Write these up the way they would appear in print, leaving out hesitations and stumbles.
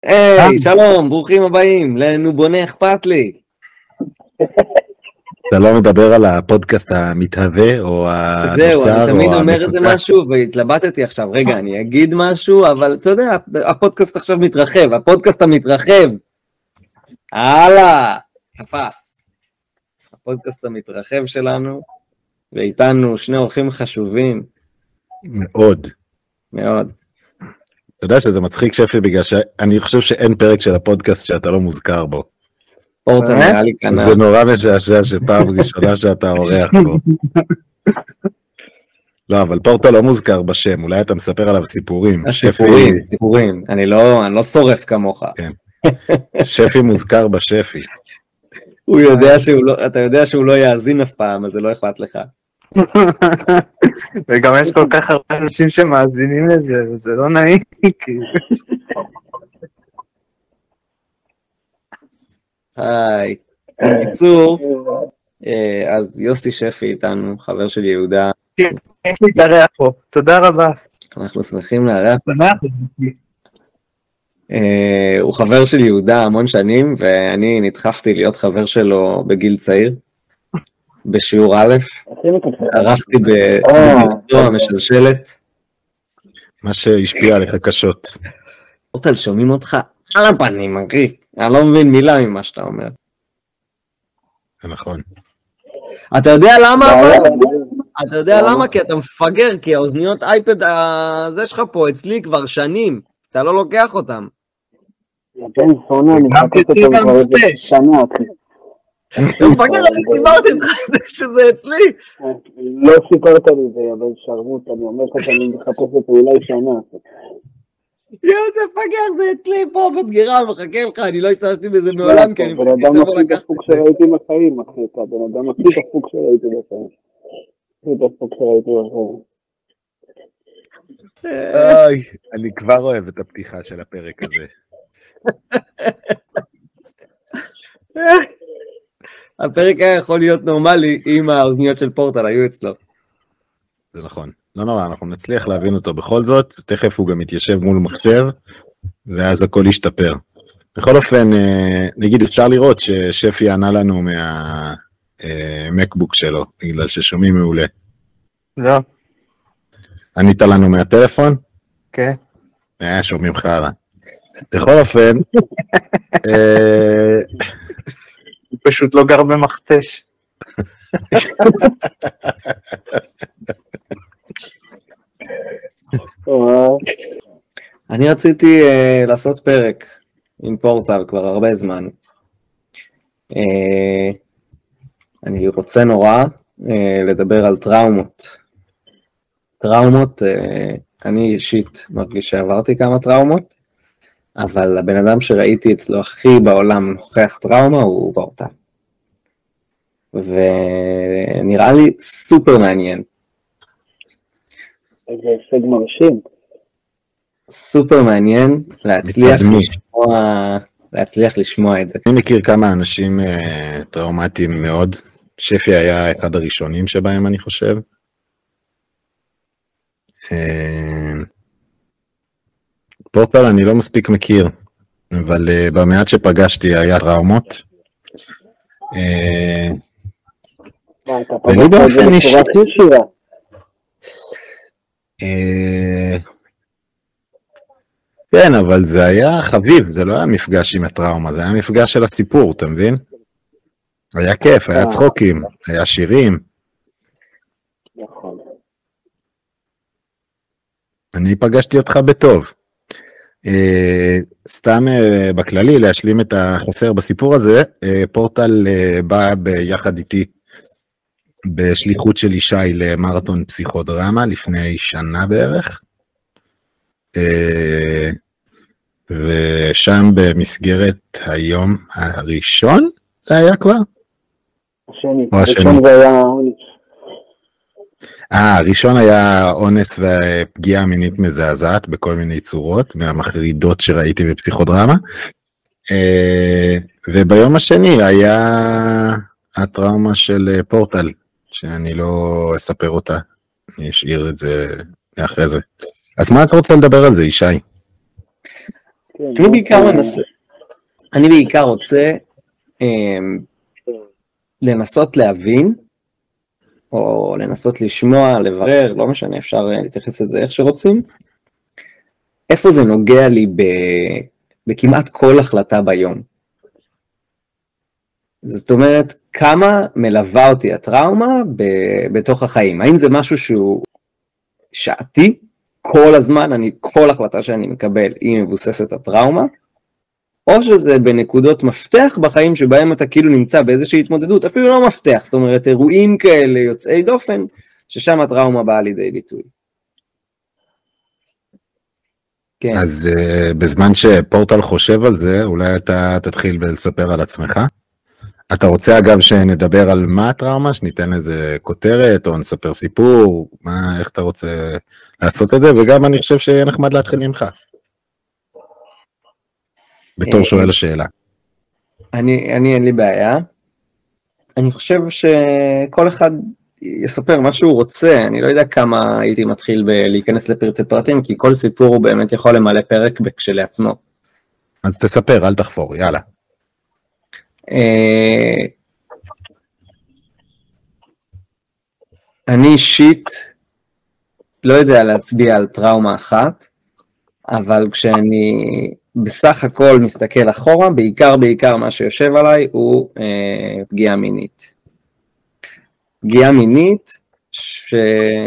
היי, שלום, ברוכים הבאים, לנו בונה אכפת לי. אתה לא מדבר על הפודקאסט המתהווה, או הנוצר, זהו, אני תמיד או אומר איזה המקוטע? משהו, והתלבטתי עכשיו, רגע, אני אגיד משהו, אבל אתה יודע, הפודקאסט עכשיו מתרחב, הפודקאסט המתרחב. הלאה, תפס. הפודקאסט המתרחב שלנו, ואיתנו שני אורחים חשובים. מאוד. מאוד. אתה יודע שזה מצחיק שפי, בגלל שאני חושב שאין פרק של הפודקאסט שאתה לא מוזכר בו. פורטה נראה לי כנראה. זה נורא משעשע שפעם ראשונה שאתה אורח בו. לא, אבל פורטה לא מוזכר בשם, אולי אתה מספר עליו סיפורים. סיפורים. אני לא שורף כמוך. כן. שפי מוזכר בשפי. הוא יודע אתה יודע שהוא לא יאזין אף פעם, אז זה לא אכפת לך. וגם יש כל כך הרבה אנשים שמאזינים לזה, וזה לא נעים, כי... היי, בקיצור, אז יוסי שפי איתנו, חבר של יהודה. כן, יש להתארח פה, תודה רבה. אנחנו שמחים לארח. שמח. הוא חבר של יהודה המון שנים, ואני נדחפתי להיות חבר שלו בגיל צעיר, בשיעור א', ערכתי בגילתו המשלשלת. מה שהשפיע עליך קשות. אורטל, שומעים אותך על הפנים, אחי. אני לא מבין מילה ממה שאתה אומר. זה נכון. אתה יודע למה? אתה יודע למה? כי אתה מפגר, כי האוזניות אייפד הזה שלך פה אצלי כבר שנים. אתה לא לוקח אותם. כן, סונה, אני מחפש אותם כבר איזה שנה, אחי. אתה מפגר, אני דיברתי איתך שזה אצלי. לא סיפרת לי זה, אבל שרמוט, אני אומר לך שאני מחפש אותו אולי שנה. זה מפגר, זה אצלי פה בבגירה, מחכה לך, אני לא השתמשתי בזה מעולם, כי אני בן אדם הכי דפוק שראיתי בחיים, אחי, אתה בן אדם הכי דפוק שראיתי בחיים. הכי דפוק שראיתי בחיים. אני כבר אוהב את הפתיחה של הפרק הזה. הפרק היה יכול להיות נורמלי אם האוזניות של פורטל היו אצלו. זה נכון. לא נורא, אנחנו נצליח להבין אותו בכל זאת, תכף הוא גם יתיישב מול מחשב, ואז הכל ישתפר. בכל אופן, נגיד אפשר לראות ששפי ענה לנו מהמקבוק שלו, בגלל ששומעים מעולה. לא. ענית לנו מהטלפון? כן. שומעים חרא. בכל אופן, הוא פשוט לא גר במכתש. אני רציתי לעשות פרק עם פורטל כבר הרבה זמן. אני רוצה נורא לדבר על טראומות. טראומות, אני אישית מרגיש שעברתי כמה טראומות, אבל הבן אדם שראיתי אצלו הכי בעולם נוכח טראומה הוא פורטל. ונראה לי סופר מעניין. איזה הישג מרשים. סופר מעניין להצליח לשמוע את זה. אני מכיר כמה אנשים טראומטיים מאוד. שפי היה אחד הראשונים שבהם, אני חושב. פורטל אני לא מספיק מכיר, אבל במעט שפגשתי היה טראומות. ולי באופן אישי. כן, אבל זה היה חביב, זה לא היה מפגש עם הטראומה, זה היה מפגש של הסיפור, אתה מבין? היה כיף, היה צחוקים, היה שירים. נכון. אני פגשתי אותך בטוב. סתם בכללי, להשלים את החסר בסיפור הזה, פורטל בא ביחד איתי בשליחות של ישי למרתון פסיכודרמה לפני שנה בערך. ושם במסגרת היום הראשון, זה היה כבר? השני זה היה אונס. הראשון היה אונס ופגיעה מינית מזעזעת בכל מיני צורות, מהמחרידות שראיתי בפסיכודרמה. וביום השני היה הטראומה של פורטל, שאני לא אספר אותה, אני אשאיר את זה אחרי זה. אז מה אתה רוצה לדבר על זה, ישי? אני בעיקר רוצה לנסות להבין, או לנסות לשמוע, לברר, לא משנה, אפשר להתייחס לזה איך שרוצים, איפה זה נוגע לי בכמעט כל החלטה ביום. זאת אומרת, כמה מלווה אותי הטראומה בתוך החיים? האם זה משהו שהוא שעתי? כל הזמן, כל החלטה שאני מקבל היא מבוססת הטראומה, או שזה בנקודות מפתח בחיים שבהם אתה כאילו נמצא באיזושהי התמודדות, אפילו לא מפתח, זאת אומרת, אירועים כאלה יוצאי דופן, ששם הטראומה באה לידי ביטוי. כן. אז בזמן שפורטל חושב על זה, אולי אתה תתחיל לספר על עצמך. אתה רוצה אגב שנדבר על מה הטראומה, שניתן לזה כותרת, או נספר סיפור, איך אתה רוצה לעשות את זה, וגם אני חושב שיהיה נחמד להתחיל ממך. בתור שואל השאלה. אין לי בעיה. אני חושב שכל אחד יספר מה שהוא רוצה, אני לא יודע כמה הייתי מתחיל להיכנס לפרטי פרטים, כי כל סיפור הוא באמת יכול למלא פרק כשלעצמו. אז תספר, אל תחפור, יאללה. אני אישית לא יודע להצביע על טראומה אחת, אבל כשאני בסך הכל מסתכל אחורה, בעיקר מה שיושב עליי הוא פגיעה מינית. פגיעה מינית שלא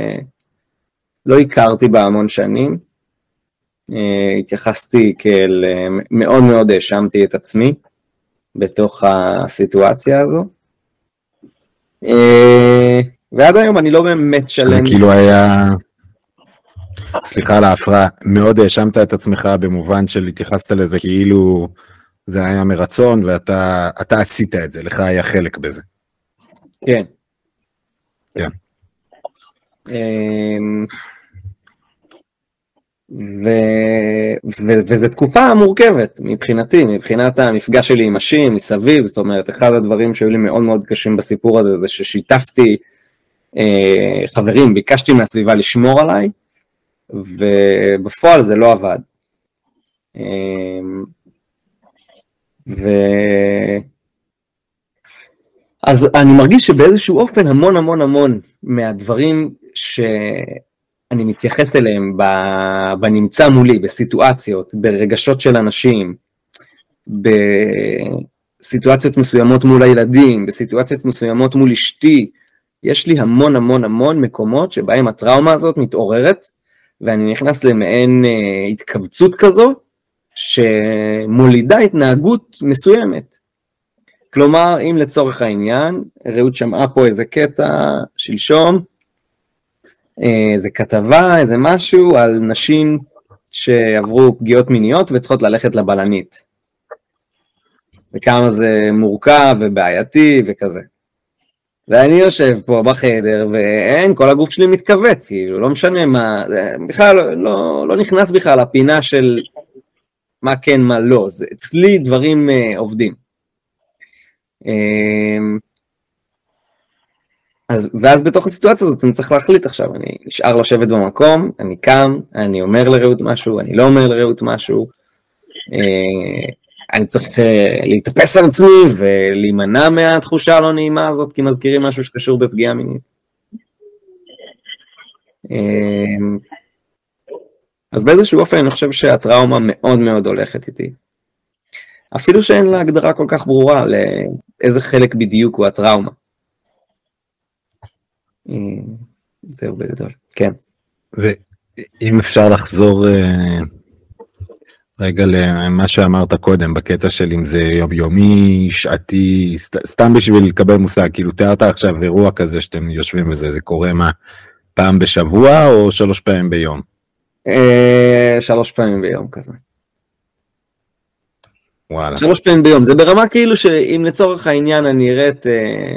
הכרתי בה המון שנים, התייחסתי כאל מאוד מאוד האשמתי את עצמי בתוך הסיטואציה הזו, ועד היום אני לא באמת שלם. כאילו היה, סליחה על ההפרעה, מאוד האשמת את עצמך במובן של התייחסת לזה כאילו זה היה מרצון ואתה עשית את זה, לך היה חלק בזה. כן. כן. וזו תקופה מורכבת מבחינתי, מבחינת המפגש שלי עם אנשים מסביב, זאת אומרת, אחד הדברים שהיו לי מאוד מאוד קשים בסיפור הזה, זה ששיתפתי חברים, ביקשתי מהסביבה לשמור עליי, ובפועל זה לא עבד. אז אני מרגיש שבאיזשהו אופן המון מהדברים שאני מתייחס אליהם בנמצא מולי, בסיטואציות, ברגשות של אנשים, בסיטואציות מסוימות מול הילדים, בסיטואציות מסוימות מול אשתי, יש לי המון מקומות שבהם הטראומה הזאת מתעוררת, ואני נכנס למעין התכווצות כזו, שמולידה התנהגות מסוימת. כלומר, אם לצורך העניין, רעות שמעה פה איזה קטע שלשום, איזה כתבה, איזה משהו, על נשים שעברו פגיעות מיניות וצריכות ללכת לבלנית. וכמה זה מורכב ובעייתי וכזה. ואני יושב פה בחדר, ואין, כל הגוף שלי מתכווץ, כאילו, לא משנה מה, בכלל לא נכנס בכלל לפינה של מה כן, מה לא, זה אצלי דברים עובדים. ואז בתוך הסיטואציה הזאת אני צריך להחליט עכשיו, אני נשאר לשבת במקום, אני קם, אני אומר לרעות משהו, אני לא אומר לרעות משהו, אני צריך להתאפס על עצמי ולהימנע מהתחושה הלא נעימה הזאת, כי מזכירים משהו שקשור בפגיעה מינית. אז באיזשהו אופן אני חושב שהטראומה מאוד מאוד הולכת איתי. אפילו שאין לה הגדרה כל כך ברורה לאיזה חלק בדיוק הוא הטראומה. זהו בגדול, כן. ואם אפשר לחזור רגע למה שאמרת קודם, בקטע של אם זה יומיומי, שעתי, סתם בשביל לקבל מושג, כאילו תיארת עכשיו אירוע כזה שאתם יושבים בזה, זה קורה מה, פעם בשבוע או 3 פעמים ביום? 3 פעמים ביום כזה. וואלה. 3 פעמים ביום, זה ברמה כאילו שאם לצורך העניין אני אראה את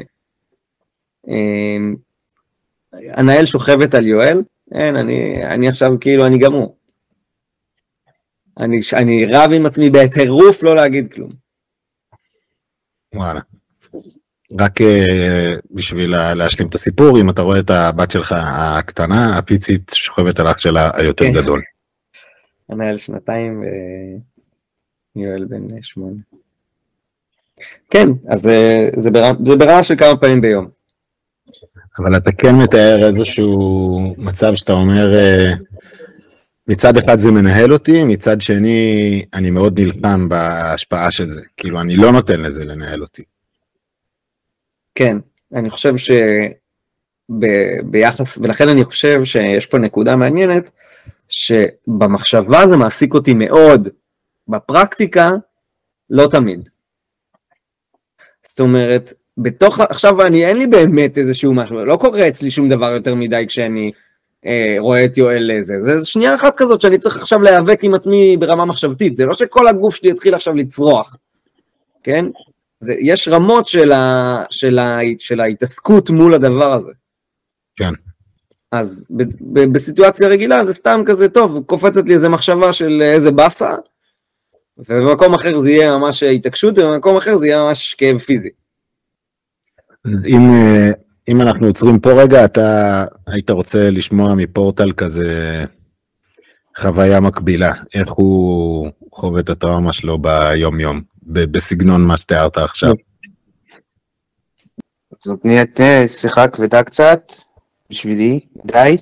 הנהל שוכבת על יואל, אין, אני עכשיו כאילו אני גמור. אני רב עם עצמי בהטירוף לא להגיד כלום. וואלה. רק בשביל להשלים את הסיפור, אם אתה רואה את הבת שלך הקטנה, הפיצית שוכבת על אח שלה היותר גדול. הנהל 2 יואל בן 8. כן, אז זה ברמה של כמה פעמים ביום. אבל אתה כן מתאר איזשהו מצב שאתה אומר, מצד אחד זה מנהל אותי, מצד שני אני מאוד נלחם בהשפעה של זה. כאילו אני לא נותן לזה לנהל אותי. כן, אני חושב ביחס, ולכן אני חושב שיש פה נקודה מעניינת, שבמחשבה זה מעסיק אותי מאוד, בפרקטיקה לא תמיד. זאת אומרת, עכשיו אין לי באמת איזשהו משהו, לא קורה אצלי שום דבר יותר מדי כשאני רואה את יואל לזה, זה שנייה אחת כזאת שאני צריך עכשיו להיאבק עם עצמי ברמה מחשבתית, זה לא שכל הגוף שלי יתחיל עכשיו לצרוח, כן? יש רמות של ההתעסקות מול הדבר הזה. כן. אז בסיטואציה רגילה זה סתם כזה טוב, קופצת לי איזה מחשבה של איזה בסה, ובמקום אחר זה יהיה ממש התעקשות, ובמקום אחר זה יהיה ממש כאב פיזי. אם אנחנו עוצרים פה רגע, אתה היית רוצה לשמוע מפורטל כזה חוויה מקבילה, איך הוא חווה את הטראומה שלו ביום יום, בסגנון מה שתיארת עכשיו. זאת נהיית שיחה כבדה קצת, בשבילי, די.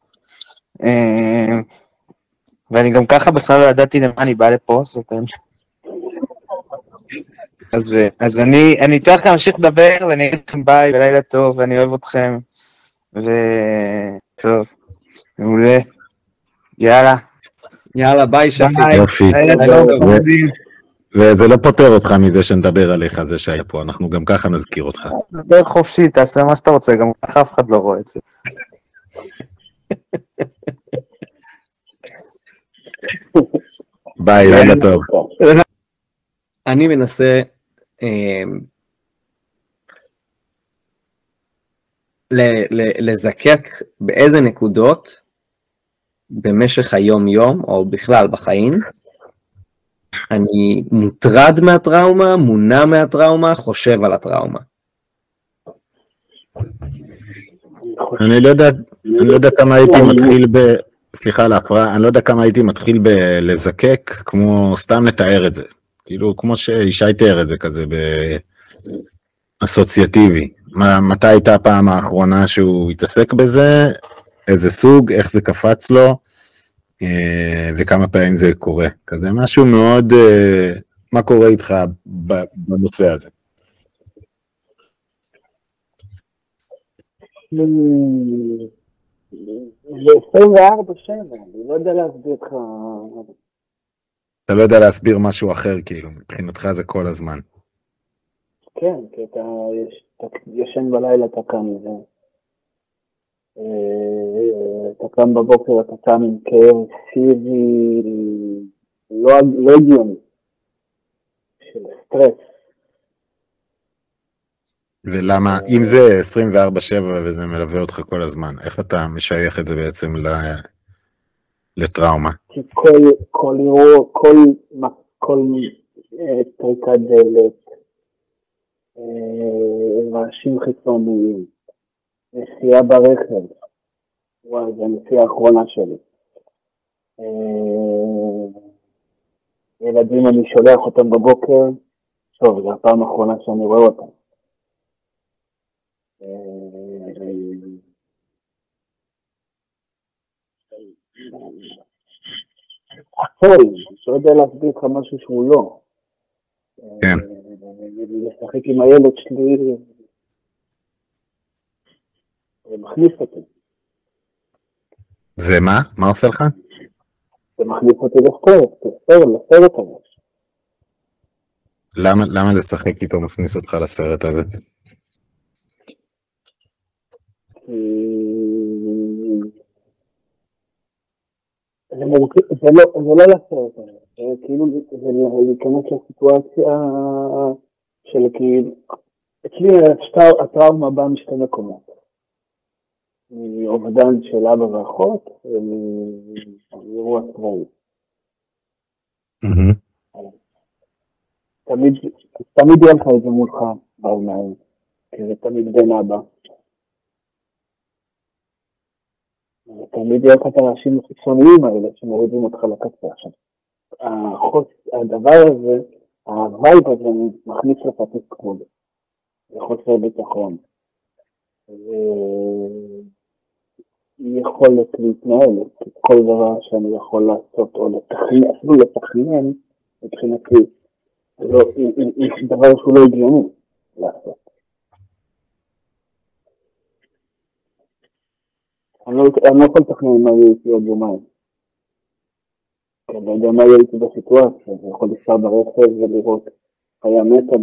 ואני גם ככה בכלל לא ידעתי למה אני בא לפה, זאת אומרת. אז אני אתן לכם להמשיך לדבר, ואני אגיד לכם ביי, ולילה טוב, ואני אוהב אתכם, וטוב, מעולה, יאללה. יאללה, ביי שפי. יופי. לילה טוב, חמודים. וזה לא פותר אותך מזה שנדבר עליך, זה שהיה פה, אנחנו גם ככה נזכיר אותך. דבר חופשי, תעשה מה שאתה רוצה, גם ככה אף אחד לא רואה את זה. ביי, לילה טוב. אני מנסה לזקק באיזה נקודות במשך היום-יום, או בכלל בחיים, אני מוטרד מהטראומה, מונע מהטראומה, חושב על הטראומה. אני לא יודע כמה הייתי מתחיל סליחה על ההפרעה, אני לא יודע כמה הייתי מתחיל לזקק, כמו סתם לתאר את זה. כאילו, כמו שישי תיאר את זה כזה, באסוציאטיבי. מתי הייתה הפעם האחרונה שהוא התעסק בזה, איזה סוג, איך זה קפץ לו, וכמה פעמים זה קורה. כזה משהו מאוד, מה קורה איתך בנושא הזה? זה 24/7, אני לא יודע להסביר לך. אתה לא יודע להסביר משהו אחר, כאילו, מבחינתך זה כל הזמן. כן, כי אתה ישן בלילה, אתה קם מזה. אתה קם בבוקר, אתה קם עם כאב פיזי לא הגיוני, של סטרס. ולמה, אם זה 24/7 וזה מלווה אותך כל הזמן, איך אתה משייך את זה בעצם לטראומה? כי כל אירוע, כל טריקת דלת, רעשים חיצוניים, נסיעה ברכב, וואי, זה הנסיעה האחרונה שלי. ילדים, אני שולח אותם בבוקר, טוב, זו הפעם האחרונה שאני רואה אותם. הכל, אני לא יודע להסביר לך משהו שהוא לא. כן. לשחק עם הילד שלי, זה מכניס אותי. זה מה? מה עושה לך? זה מכניס אותי לסרט הזה. למה לשחק איתו מכניס אותך לסרט הזה? זה לא לסרט הזה, כאילו זה להיכנס לסיטואציה של כאילו, אצלי הטראומה באה משתי מקומות, מאובדן של אבא ואחות ומאירוע צבאי. תמיד יהיה לך את זה מולך בעיניים, כי זה תמיד בן אבא. תמיד יהיה לך את האנשים החיצוניים האלה שמורידים אותך לקצה. עכשיו, הדבר הזה, הווייב הזה מכניס לך תסכול, לחוסר ביטחון, יכולת להתנהל, כל דבר שאני יכול לעשות, או לתכנן, אפילו לתכנן, מבחינתי, יש דבר שהוא לא הגיוני לעשות. אני לא יכול לתכנן מה יהיה איתי עוד יומיים. כי אני יודע מה יהיה איתי בסיטואציה, אני יכול לנסוע ברכב ולראות חיה מתה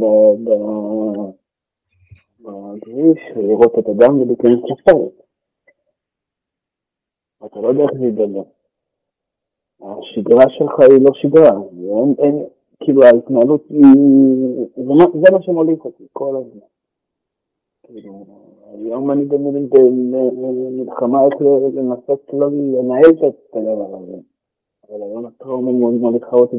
בכביש, ולראות את הדם ולהיכנס לסרט. אתה לא יודע איך זה ידבר. השגרה שלך היא לא שגרה, אין, כאילו ההתנהלות היא, זה מה שמוליך אותי כל הזמן. כאילו, היום אני במלחמה איך לנסות לא לנהל את הדבר הזה. אבל היום הטראומה מאוד מוליכה אותי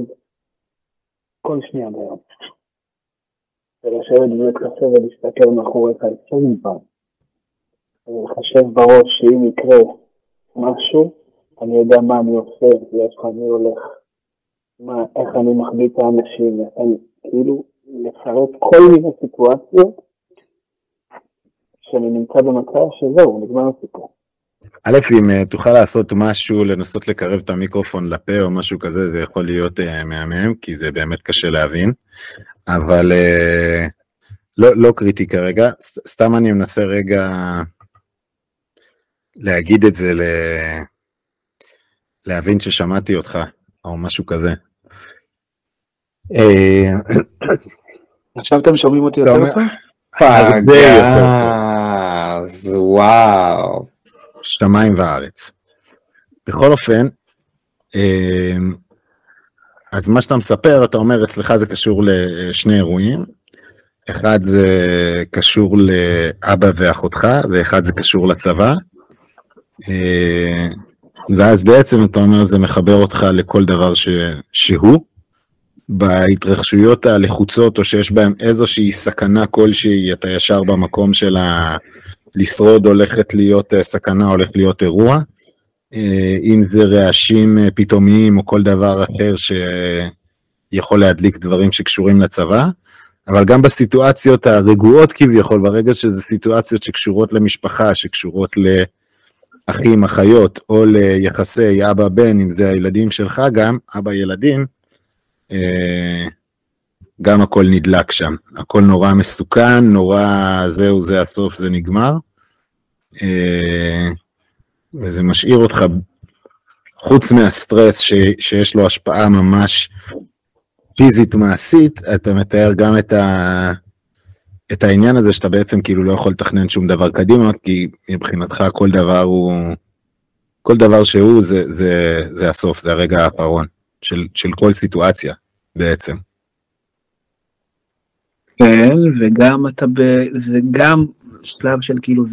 כל שנייה ביום. ולשבת ולהתחשב ולהסתכל מאחוריך 20 פעם. ולחשב בראש שאם יקרה משהו, אני יודע מה אני עושה, לאיפה אני הולך, איך אני מחביא את האנשים, כאילו לפרט כל מיני סיטואציות שאני נמצא במצב שזהו, נגמר הסיפור. א', אם תוכל לעשות משהו, לנסות לקרב את המיקרופון לפה או משהו כזה, זה יכול להיות מהמם, כי זה באמת קשה להבין, אבל לא קריטי כרגע, סתם אני מנסה רגע להגיד את זה, להבין ששמעתי אותך, או משהו כזה. עכשיו אתם שומעים אותי יותר טוב? פגז, וואו. שמיים וארץ. בכל אופן, אז מה שאתה מספר, אתה אומר, אצלך זה קשור לשני אירועים, אחד זה קשור לאבא ואחותך, ואחד זה קשור לצבא, ואז בעצם אתה אומר, זה מחבר אותך לכל דבר שהוא, בהתרחשויות הלחוצות, או שיש בהם איזושהי סכנה כלשהי, אתה ישר במקום של לשרוד הולכת להיות סכנה, הולך להיות אירוע, אם זה רעשים פתאומיים או כל דבר אחר שיכול להדליק דברים שקשורים לצבא, אבל גם בסיטואציות הרגועות כביכול, ברגע שזה סיטואציות שקשורות למשפחה, שקשורות לאחים, אחיות, או ליחסי אבא בן, אם זה הילדים שלך גם, אבא ילדים, גם הכל נדלק שם, הכל נורא מסוכן, נורא זהו, זה הסוף, זה נגמר, וזה משאיר אותך, חוץ מהסטרס שיש לו השפעה ממש פיזית מעשית, אתה מתאר גם את העניין הזה שאתה בעצם כאילו לא יכול לתכנן שום דבר קדימה, כי מבחינתך כל דבר שהוא זה הסוף, זה הרגע האחרון של כל סיטואציה בעצם. כן, וגם זה גם שלב של כאילו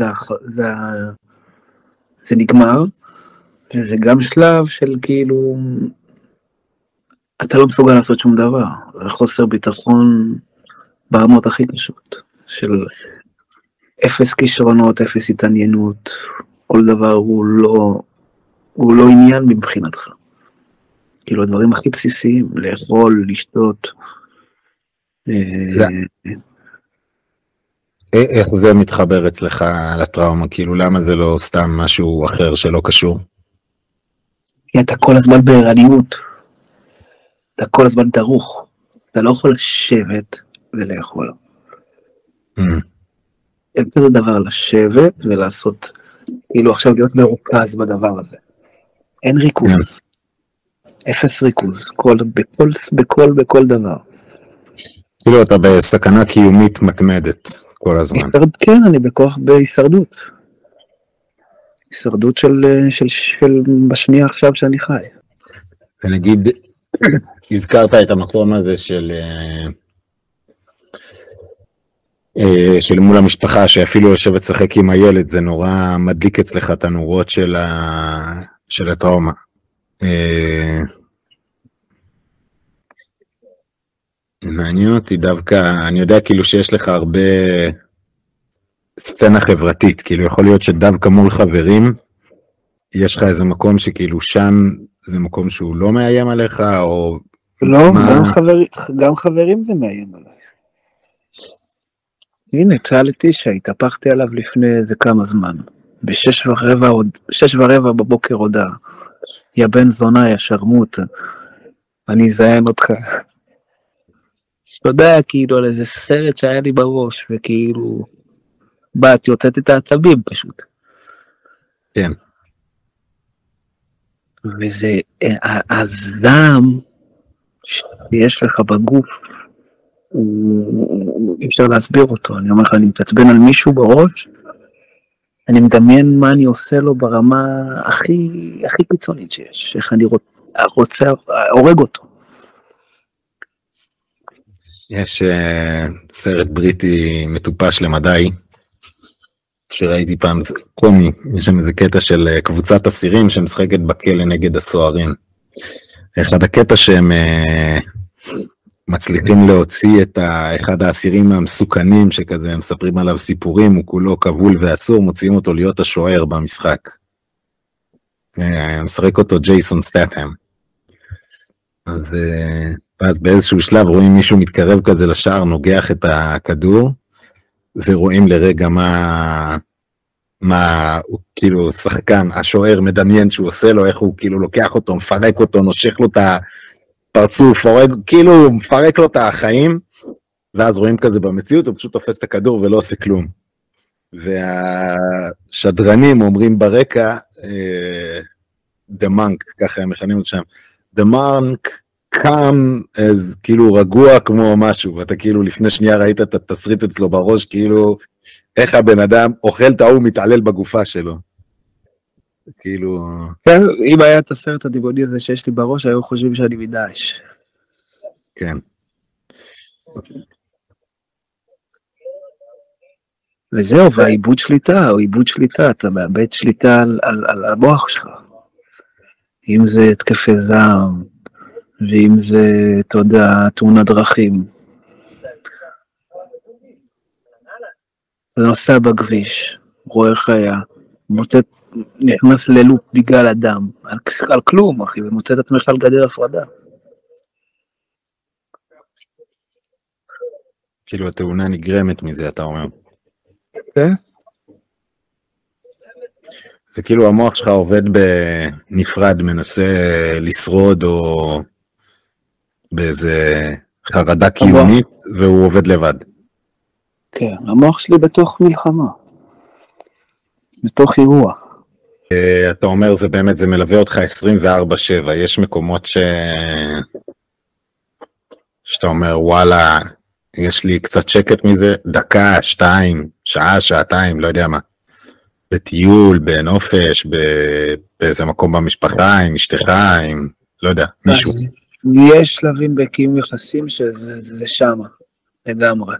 זה נגמר, וזה גם שלב של כאילו אתה לא מסוגל לעשות שום דבר, זה חוסר ביטחון ברמות הכי קשות, של אפס כישרונות, אפס התעניינות, כל דבר הוא לא עניין מבחינתך. כאילו הדברים הכי בסיסיים, לאכול, לשתות. איך זה מתחבר אצלך לטראומה? כאילו למה זה לא סתם משהו אחר שלא קשור? כי אתה כל הזמן בערניות, אתה כל הזמן דרוך, אתה לא יכול לשבת ולאכול. אין כזה דבר לשבת ולעשות, כאילו עכשיו להיות מרוכז בדבר הזה. אין ריכוז, אפס ריכוז, בכל דבר. כאילו אתה בסכנה קיומית מתמדת כל הזמן. כן, אני בכוח בהישרדות. הישרדות של בשנייה עכשיו שאני חי. ונגיד, הזכרת את המקום הזה של מול המשפחה, שאפילו יושב וצחק עם הילד, זה נורא מדליק אצלך את הנורות של הטראומה. מעניין אותי דווקא, אני יודע כאילו שיש לך הרבה סצנה חברתית, כאילו יכול להיות שדווקא מול חברים, יש לך איזה מקום שכאילו שם זה מקום שהוא לא מאיים עליך, או לא, מה- גם חברים זה מאיים עליי. הנה, תשאל את תשע, התהפכתי עליו לפני איזה כמה זמן. ב6:15 בבוקר הודעה. יא בן זונה, יא שרמוט, אני אזיין אותך. אתה יודע, כאילו, על איזה סרט שהיה לי בראש, וכאילו, באתי, הוצאתי את העצבים פשוט. כן. וזה, הזעם שיש לך בגוף, אי אפשר להסביר אותו. אני אומר לך, אני מתעצבן על מישהו בראש, אני מדמיין מה אני עושה לו ברמה הכי קיצונית שיש, איך אני רוצה, הורג אותו. יש סרט בריטי מטופש למדי, שראיתי פעם, זה קומי, יש שם איזה קטע של קבוצת אסירים שמשחקת בכלא נגד הסוהרים. אחד הקטע שהם מצליחים להוציא את אחד האסירים המסוכנים שכזה, הם מספרים עליו סיפורים, הוא כולו כבול ואסור, מוציאים אותו להיות השוער במשחק. משחק אותו ג'ייסון סטאטהאם. אז באיזשהו שלב רואים מישהו מתקרב כזה לשער, נוגח את הכדור, ורואים לרגע מה הוא כאילו שחקן, השוער מדמיין שהוא עושה לו, איך הוא כאילו לוקח אותו, מפרק אותו, נושך לו את הפרצוף, כאילו מפרק לו את החיים, ואז רואים כזה במציאות, הוא פשוט תופס את הכדור ולא עושה כלום. והשדרנים אומרים ברקע, The Monk, ככה הם מכנים אותו שם, The Monk קם אז כאילו רגוע כמו משהו, ואתה כאילו לפני שנייה ראית את התסריט אצלו בראש, כאילו איך הבן אדם אוכל את ההוא מתעלל בגופה שלו. כאילו... כן, אם היה את הסרט הדיבוני הזה שיש לי בראש, היו חושבים שאני מדאעש. כן. וזהו, והעיבוד שליטה, או עיבוד שליטה, אתה מאבד שליטה על המוח שלך. אם זה התקפי זעם, ואם זה, אתה יודע, תאונת דרכים. נוסע בכביש, רואה חיה, נכנס ללופ בגלל אדם, על כלום, אחי, ומוצא את עצמך על גדר הפרדה. כאילו התאונה נגרמת מזה, אתה אומר. כן? זה כאילו המוח שלך עובד בנפרד, מנסה לשרוד או באיזה חרדה קיומית, והוא עובד לבד. כן, המוח שלי בתוך מלחמה. בתוך אירוע. אתה אומר, זה באמת, זה מלווה אותך 24/7, יש מקומות שאתה אומר, וואלה, יש לי קצת שקט מזה, דקה, 2, שעה, שעתיים, לא יודע מה. בטיול, בנופש, באיזה מקום במשפחה, עם אשתך, עם, לא יודע, מישהו. יש שלבים בקיום יחסים שזה שמה, לגמרי.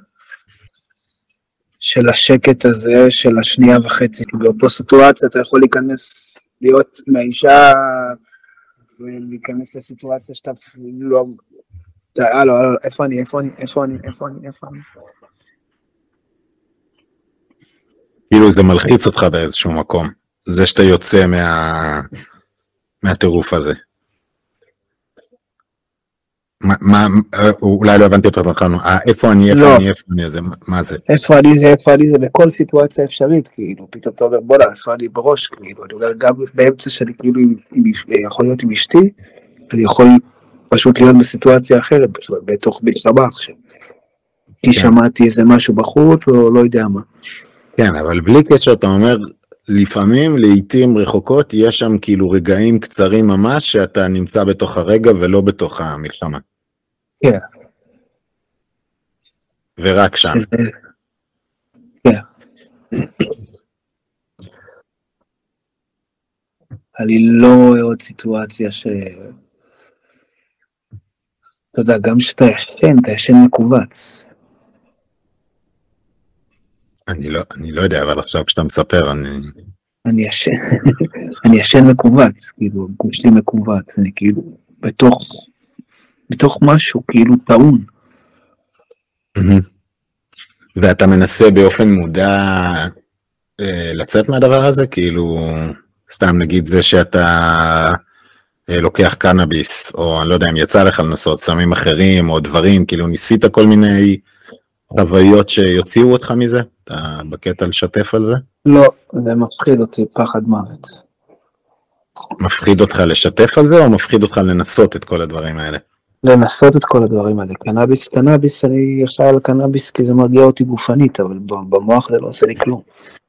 של השקט הזה, של 2.5, באותו סיטואציה אתה יכול להיכנס, להיות מהאישה, ולהיכנס לסיטואציה שאתה לא, איפה אני? כאילו זה מלחיץ אותך באיזשהו מקום, זה שאתה יוצא מהטירוף הזה. אולי לא הבנתי אותך בכלל, איפה אני, מה זה? איפה אני זה בכל סיטואציה אפשרית, כאילו, פתאום אתה אומר, בוא לה, איפה אני בראש, כאילו, אני אומר, גם באמצע שלי, כאילו, יכול להיות עם אשתי, אני יכול פשוט להיות בסיטואציה אחרת, בתוך מלחמה עכשיו. כי שמעתי איזה משהו בחוץ, או לא יודע מה. כן, אבל בלי קשר, אתה אומר, לפעמים, לעתים רחוקות, יש שם כאילו רגעים קצרים ממש, שאתה נמצא בתוך הרגע ולא בתוך המלחמה. כן. ורק שם. כן. אני לא רואה עוד סיטואציה ש... אתה יודע, גם שאתה ישן מקובץ. אני לא יודע, אבל עכשיו כשאתה מספר, אני ישן מקובץ, כאילו, הגוף שלי מקובץ, אני כאילו, בתוך משהו, כאילו, טעון. ואתה מנסה באופן מודע לצאת מהדבר הזה, כאילו, סתם נגיד זה שאתה לוקח קנאביס, או אני לא יודע אם יצא לך לנסות סמים אחרים, או דברים, כאילו ניסית כל מיני חוויות שיוציאו אותך מזה? אתה בקטע לשתף על זה? לא, זה מפחיד אותי, פחד מוות. מפחיד אותך לשתף על זה, או מפחיד אותך לנסות את כל הדברים האלה? לנסות את כל הדברים האלה. קנאביס, אני ישר על קנאביס כי זה מרגיע אותי גופנית, אבל במוח זה לא עושה לי כלום.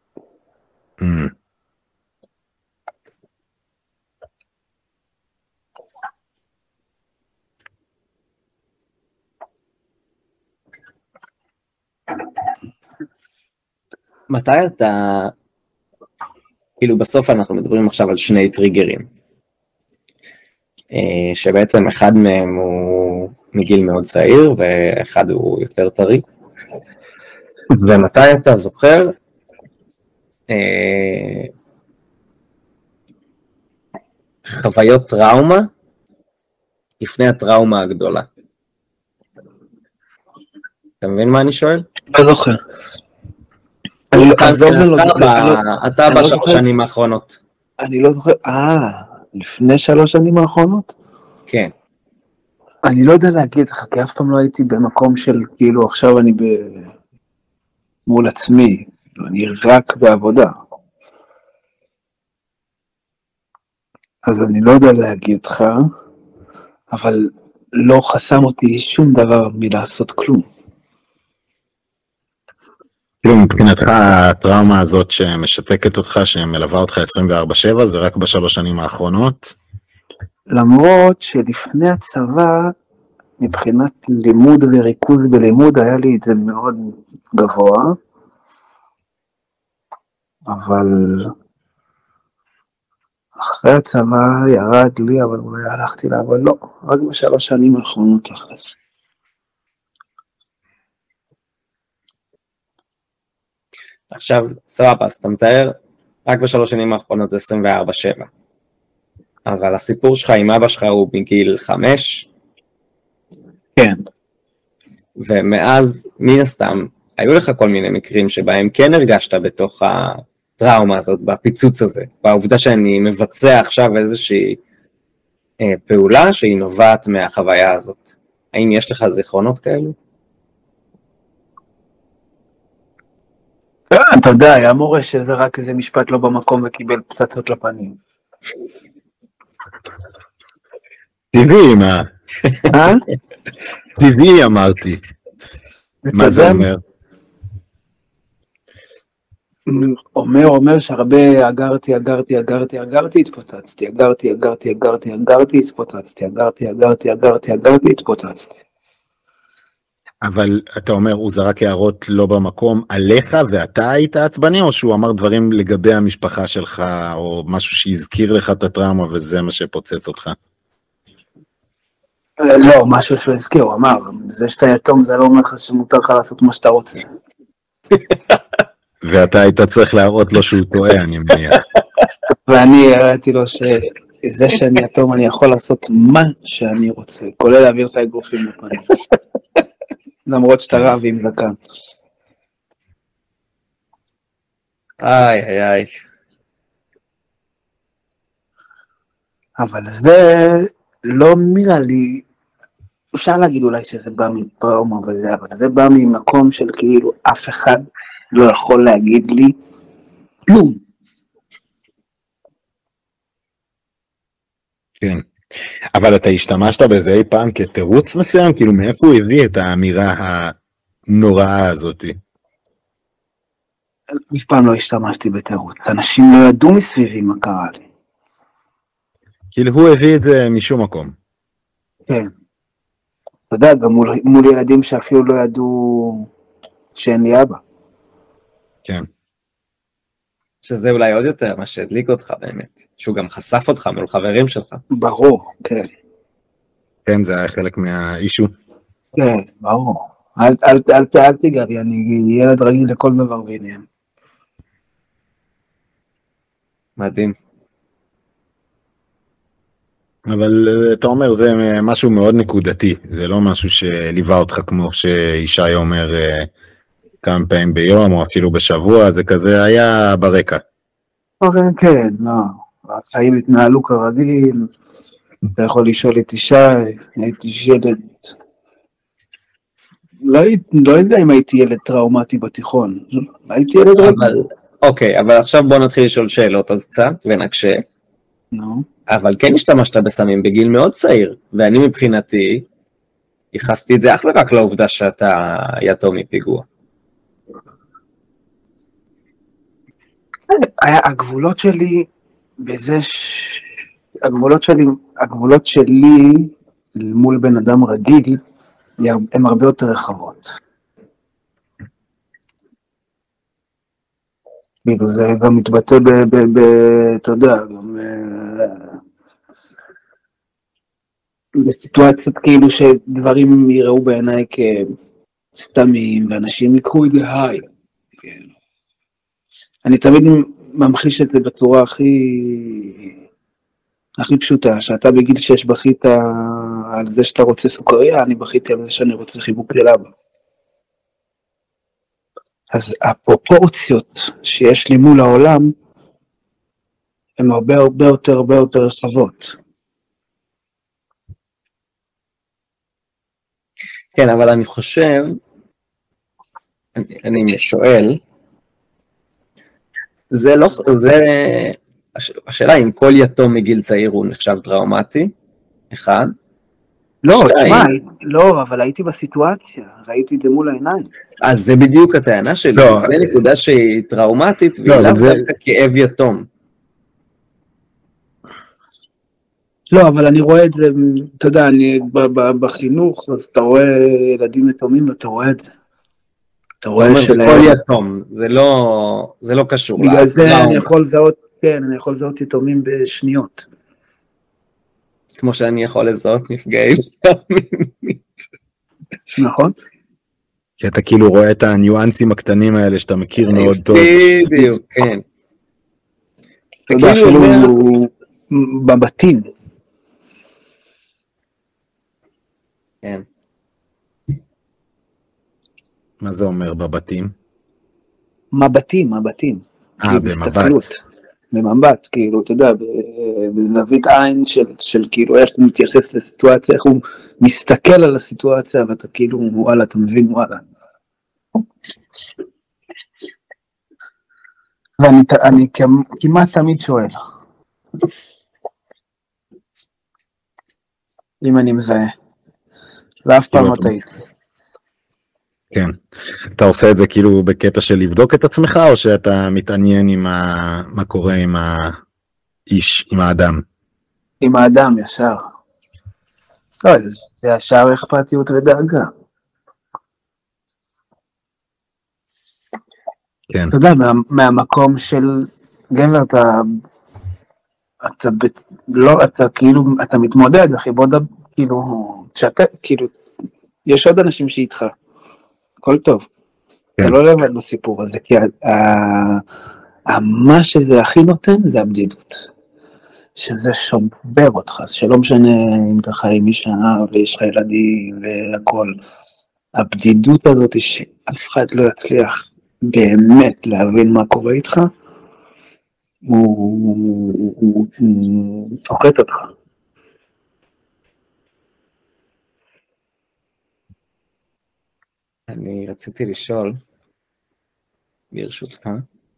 מתי אתה, כאילו בסוף אנחנו מדברים עכשיו על שני טריגרים, שבעצם אחד מהם הוא מגיל מאוד צעיר, ואחד הוא יותר טרי, ומתי אתה זוכר, חוויות טראומה, לפני הטראומה הגדולה. אתה מבין מה אני שואל? לא זוכר. אתה בשלוש שנים האחרונות. אני לא זוכר, לפני 3 שנים האחרונות? כן. אני לא יודע להגיד לך, כי אף פעם לא הייתי במקום של כאילו עכשיו אני מול עצמי, אני רק בעבודה. אז אני לא יודע להגיד לך, אבל לא חסם אותי שום דבר מלעשות כלום. כאילו מבחינתך הטראומה הזאת שמשתקת אותך, שמלווה אותך 24/7, זה רק ב3 שנים האחרונות? למרות שלפני הצבא, מבחינת לימוד וריכוז בלימוד, היה לי את זה מאוד גבוה, אבל אחרי הצבא ירד לי, אבל אולי הלכתי לעבוד, לא, רק ב3 שנים האחרונות תכלס. עכשיו, סבבה, אז אתה מתאר, רק ב3 שנים האחרונות זה 24/7. אבל הסיפור שלך עם אבא שלך הוא בגיל 5. כן. ומאז, מן הסתם, היו לך כל מיני מקרים שבהם כן הרגשת בתוך הטראומה הזאת, בפיצוץ הזה, בעובדה שאני מבצע עכשיו איזושהי פעולה שהיא נובעת מהחוויה הזאת. האם יש לך זיכרונות כאלו? אתה יודע, היה מורה שזה רק איזה משפט לא במקום וקיבל פצצות לפנים. טבעי, מה? טבעי אמרתי. מה זה אומר? אומר שהרבה אגרתי, התפוצצתי, התפוצצתי. אבל אתה אומר, הוא זרק הערות לא במקום עליך, ואתה היית עצבני, או שהוא אמר דברים לגבי המשפחה שלך, או משהו שהזכיר לך את הטראומה, וזה מה שפוצץ אותך? לא, משהו שהוא הזכיר, הוא אמר, זה שאתה יתום, זה לא אומר לך שמותר לך לעשות מה שאתה רוצה. ואתה היית צריך להראות לו שהוא טועה, אני מניח. ואני הראיתי לו שזה שאני יתום, אני יכול לעשות מה שאני רוצה, כולל להביא לך אגרופים לפנים. למרות שאתה רב עם זקן. איי. אבל זה לא נראה לי, אפשר להגיד אולי שזה בא מפראומה וזה, אבל זה בא ממקום של כאילו אף אחד לא יכול להגיד לי כלום. כן. אבל אתה השתמשת בזה אי פעם כתירוץ מסוים? כאילו מאיפה הוא הביא את האמירה הנוראה הזאת? אף פעם לא השתמשתי בתירוץ. אנשים לא ידעו מסביבי מה קרה לי. כאילו הוא הביא את זה משום מקום. כן. אתה יודע, גם מול ילדים שאפילו לא ידעו שאין לי אבא. כן. שזה אולי עוד יותר מה שהדליק אותך באמת, שהוא גם חשף אותך מול חברים שלך. ברור, כן. כן, זה היה חלק מהאישו. כן, ברור. אל תיגע לי, אני ילד רגיל לכל דבר בעניין. מדהים. אבל אתה אומר, זה משהו מאוד נקודתי, זה לא משהו שליווה אותך כמו שישי אומר כמה פעמים ביום או אפילו בשבוע, זה כזה היה ברקע. כן, לא. החיים התנהלו כרגיל, אתה יכול לשאול את ישי, הייתי ילד, לא יודע אם הייתי ילד טראומטי בתיכון, הייתי ילד רגיל. אוקיי, אבל עכשיו בוא נתחיל לשאול שאלות אז קצת, ונקשה. נו. אבל כן השתמשת בסמים בגיל מאוד צעיר, ואני מבחינתי, ייחסתי את זה אך ורק לעובדה שאתה יתום מפיגוע. הגבולות שלי, הגבולות שלי מול בן אדם רגיל, הן הרבה יותר רחבות. כאילו זה גם מתבטא אתה יודע, גם בסיטואציות כאילו שדברים יראו בעיניי כסתמים, ואנשים יקחו את זה היי. אני תמיד ממחיש את זה בצורה הכי פשוטה, שאתה בגיל 6 בכית על זה שאתה רוצה סוכריה, אני בכיתי על זה שאני רוצה חיבוק של אבא. אז הפרופורציות שיש לי מול העולם, הן הרבה יותר רחבות. כן, אבל אני חושב, אני שואל, השאלה אם כל יתום מגיל צעיר הוא נחשב טראומטי, אחד. לא, תשמע, לא, אבל הייתי בסיטואציה, ראיתי את זה מול העיניים. אז זה בדיוק הטענה שלי, לא, זה נקודה שהיא טראומטית, והיא לאו דווקא כאב יתום. לא, אבל אני רואה את זה, אתה יודע, אני בחינוך, אז אתה רואה ילדים יתומים ואתה רואה את זה. אתה רואה זה כל יתום, זה לא קשור. בגלל זה אני יכול לזהות, כן, אני יכול לזהות יתומים בשניות. כמו שאני יכול לזהות נפגעי סמים. נכון. כי אתה כאילו רואה את הניואנסים הקטנים האלה שאתה מכיר מאוד טוב. בדיוק, כן. אתה יודע, אפילו בבתים. כן. מה זה אומר בבתים? מבטים. במבט, כאילו, אתה יודע, בזווית עין של כאילו איך הוא מתייחס לסיטואציה, איך הוא מסתכל על הסיטואציה, ואתה כאילו, וואלה, אתה מבין, וואלה. ואני כמעט תמיד שואל, אם אני מזהה, ואף פעם לא טעיתי. כן. אתה עושה את זה כאילו בקטע של לבדוק את עצמך, או שאתה מתעניין עם מה קורה עם האיש, עם האדם? עם האדם, ישר. לא, זה ישר אכפתיות ודאגה. כן. אתה יודע, מהמקום של גבר, אתה כאילו, אתה מתמודד, אחי, בוא דבר, כאילו, יש עוד אנשים שאיתך. הכל טוב. אתה לא לבד בסיפור הזה, כי מה שזה הכי נותן זה הבדידות. שזה שובר אותך, שלא משנה אם אתה חי עם אישה ויש לך ילדים והכל. הבדידות הזאת שאף אחד לא יצליח באמת להבין מה קורה איתך, הוא סוחט אותך. אני רציתי לשאול, ברשותך,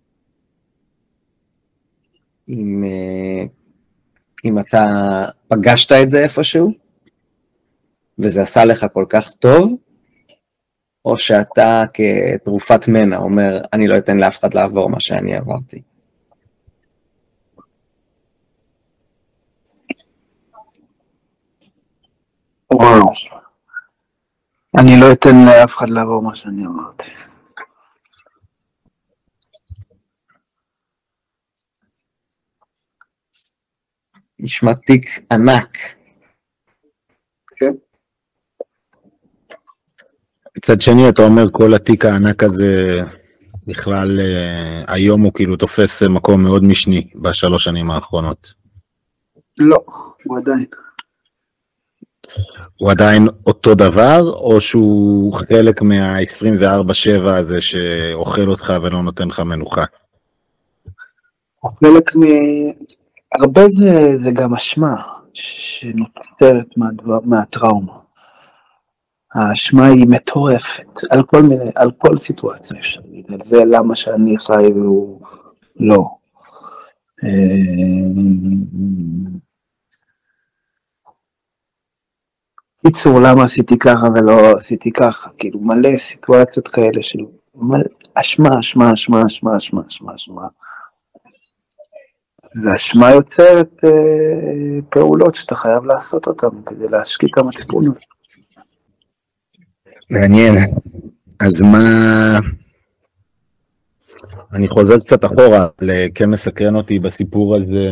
אם אתה פגשת את זה איפשהו, וזה עשה לך כל כך טוב, או שאתה כתרופת מנע אומר, אני לא אתן לאף אחד לעבור מה שאני עברתי. וואו. אני לא אתן לאף אחד לעבור מה שאני אמרתי. נשמע תיק ענק. כן. מצד שני, אתה אומר, כל התיק הענק הזה, בכלל, היום הוא כאילו תופס מקום מאוד משני ב3 שנים האחרונות. לא, הוא עדיין. הוא עדיין אותו דבר, או שהוא חלק מה-24/7 הזה שאוכל אותך ולא נותן לך מנוחה? חלק הרבה זה גם אשמה, שנוצרת מהטראומה. האשמה היא מטורפת, על כל סיטואציה אפשר להגיד, על זה למה שאני חי והוא לא. קיצור, למה עשיתי ככה ולא עשיתי ככה, כאילו מלא סיטואציות כאלה של אשמה. והאשמה יוצרת פעולות שאתה חייב לעשות אותן כדי להשקיט את המצפון הזה. מעניין. אז מה... אני חוזר קצת אחורה, כן מסקרן אותי בסיפור הזה,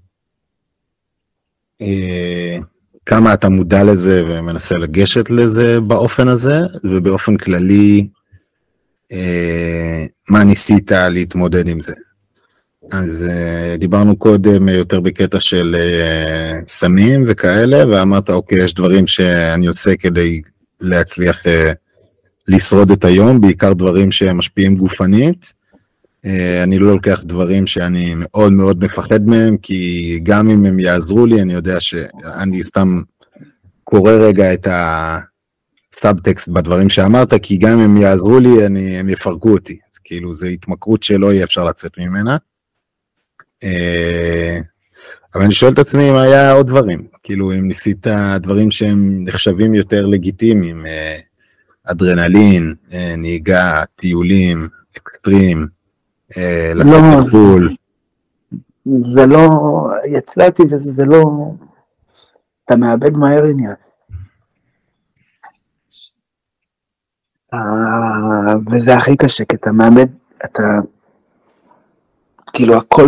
כמה אתה מודע לזה ומנסה לגשת לזה באופן הזה, ובאופן כללי, מה ניסית להתמודד עם זה. אז דיברנו קודם יותר בקטע של סמים וכאלה, ואמרת, אוקיי, יש דברים שאני עושה כדי להצליח לשרוד את היום, בעיקר דברים שמשפיעים גופנית. אני לא לוקח דברים שאני מאוד מאוד מפחד מהם, כי גם אם הם יעזרו לי, אני יודע שאני סתם קורא רגע את הסאבטקסט בדברים שאמרת, כי גם אם הם יעזרו לי, הם יפרקו אותי. אז כאילו, זו התמכרות שלא יהיה אפשר לצאת ממנה. אבל אני שואל את עצמי אם היה עוד דברים, כאילו אם ניסית דברים שהם נחשבים יותר לגיטימיים, אדרנלין, נהיגה, טיולים, אקסטרים, לצאת לחול. זה לא, יצאתי וזה לא, אתה מאבד מהר עניין. וזה הכי קשה, כי אתה מאבד, אתה, כאילו הכל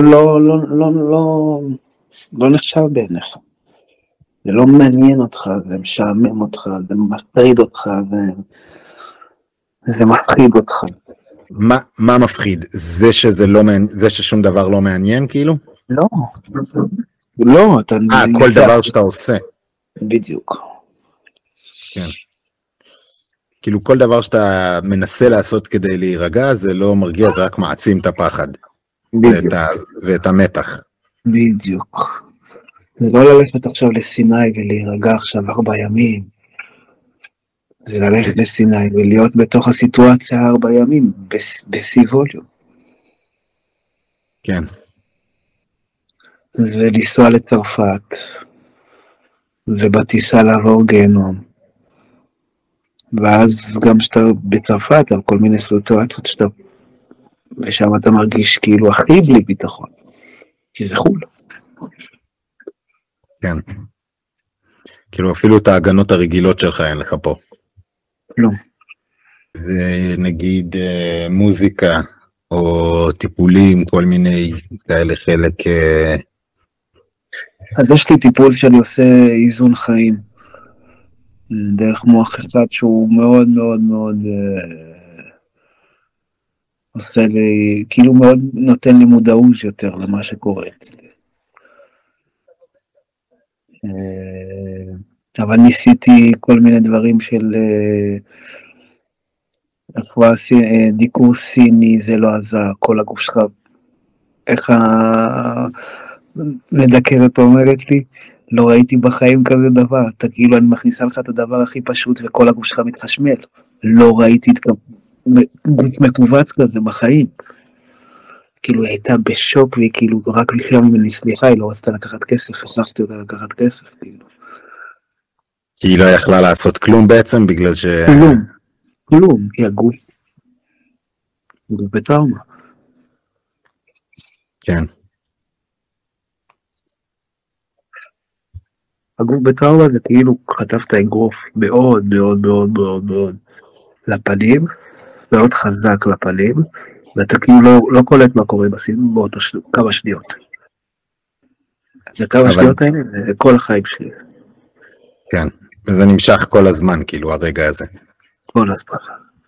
לא נחשב בעיניך. זה לא מעניין אותך, זה משעמם אותך, זה מטריד אותך, זה מפחיד אותך. מה מפחיד? זה ששום דבר לא מעניין כאילו? לא, אתה... כל דבר שאתה עושה. בדיוק. כן. כאילו כל דבר שאתה מנסה לעשות כדי להירגע, זה לא מרגיע, זה רק מעצים את הפחד. ואת המתח. בדיוק. זה לא ללכת עכשיו לסיני ולהירגע עכשיו 4 ימים. זה ללכת לסיני ולהיות בתוך הסיטואציה 4 ימים, בשיא ווליום. כן. ולנסוע לצרפת, ובטיסה לעבור גיהנום. ואז גם שאתה בצרפת, על כל מיני סיטואציות שאתה, ושם אתה מרגיש כאילו הכי בלי ביטחון. כי זה חול. כן. כאילו אפילו את ההגנות הרגילות שלך אין לך פה. לא. ונגיד מוזיקה, או טיפולים, כל מיני כאלה חלק... אז יש לי טיפול שאני עושה איזון חיים. דרך מוח אחד שהוא מאוד מאוד מאוד... עושה לי, כאילו מאוד נותן לי מודעות יותר למה שקורה אצלי. אבל ניסיתי כל מיני דברים של דיקור סיני, זה לא עזר, כל הגוף שלך, איך המדקרת אומרת לי, לא ראיתי בחיים כזה דבר, אתה כאילו אני מכניסה לך את הדבר הכי פשוט וכל הגוף שלך מתחשמל, לא ראיתי את גוף מקובץ כזה בחיים. כאילו היא הייתה בשוק והיא כאילו רק ביקשה ממני סליחה, היא לא רצתה לקחת כסף, הוספתי אותה לקחת כסף כאילו. כי היא לא יכלה לעשות כלום בעצם בגלל ש... כלום, כי הגוף בטראומה. כן. הגוף בטראומה זה כאילו חטפת אגרוף מאוד מאוד מאוד מאוד מאוד לפנים, מאוד חזק לפנים, ואתה כאילו לא קולט מה קורה בסיבוב באותו כמה שניות. זה כמה שניות האלה, זה כל החיים שלי. כן, וזה נמשך כל הזמן, כאילו, הרגע הזה. כל הזמן.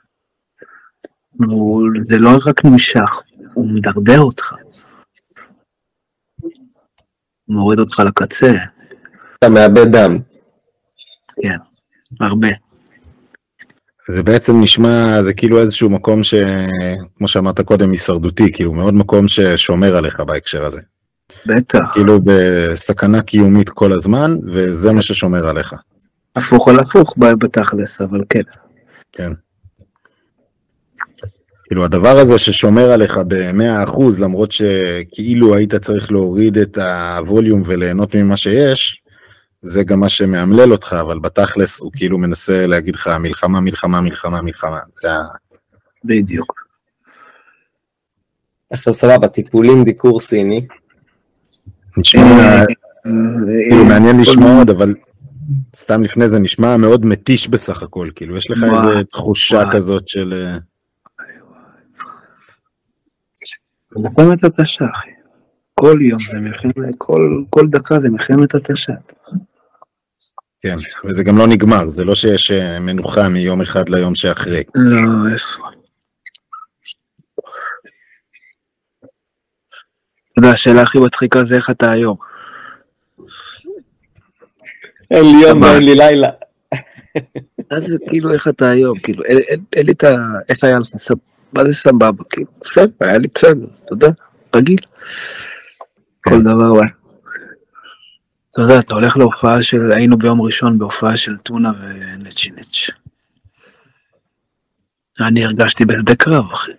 זה לא רק נמשך, הוא מדרדר אותך. הוא מוריד אותך לקצה. אתה מאבד דם. כן, הרבה. זה בעצם נשמע, זה כאילו איזשהו מקום כמו שאמרת קודם, הישרדותי, כאילו מאוד מקום ששומר עליך בהקשר הזה. בטח. כאילו בסכנה קיומית כל הזמן, וזה מה ששומר עליך. הפוך על הפוך בתכלס, אבל כן. כן. כאילו הדבר הזה ששומר עליך ב100%, למרות שכאילו היית צריך להוריד את הווליום וליהנות ממה שיש, זה גם מה שמאמלל אותך, אבל בתכלס הוא כאילו מנסה להגיד לך מלחמה, מלחמה, מלחמה, מלחמה. בדיוק. עכשיו סבבה, טיפולים דיקור סיני. נשמע, כאילו מעניין לשמוע עוד, אבל סתם לפני זה נשמע מאוד מתיש בסך הכל, כאילו יש לך איזו תחושה כזאת של... מלחמת התשה, אחי. כל יום זה מלחמת, כל דקה זה מלחמת התשה. כן, וזה גם לא נגמר, זה לא שיש מנוחה מיום אחד ליום שאחרי. לא, איפה. אתה יודע, השאלה הכי מצחיקה זה איך אתה היום. אין לי יום ואין לי לילה. אז זה כאילו איך אתה היום, כאילו, אין לי את ה... איך היה לך סבבה, מה זה סבבה, כאילו, בסדר, היה לי בסדר, אתה יודע, רגיל. כל דבר, וואי. אתה יודע, אתה הולך להופעה של, היינו ביום ראשון בהופעה של טונה ונצ'י נצ'. אני הרגשתי בשדה קרב, אחי.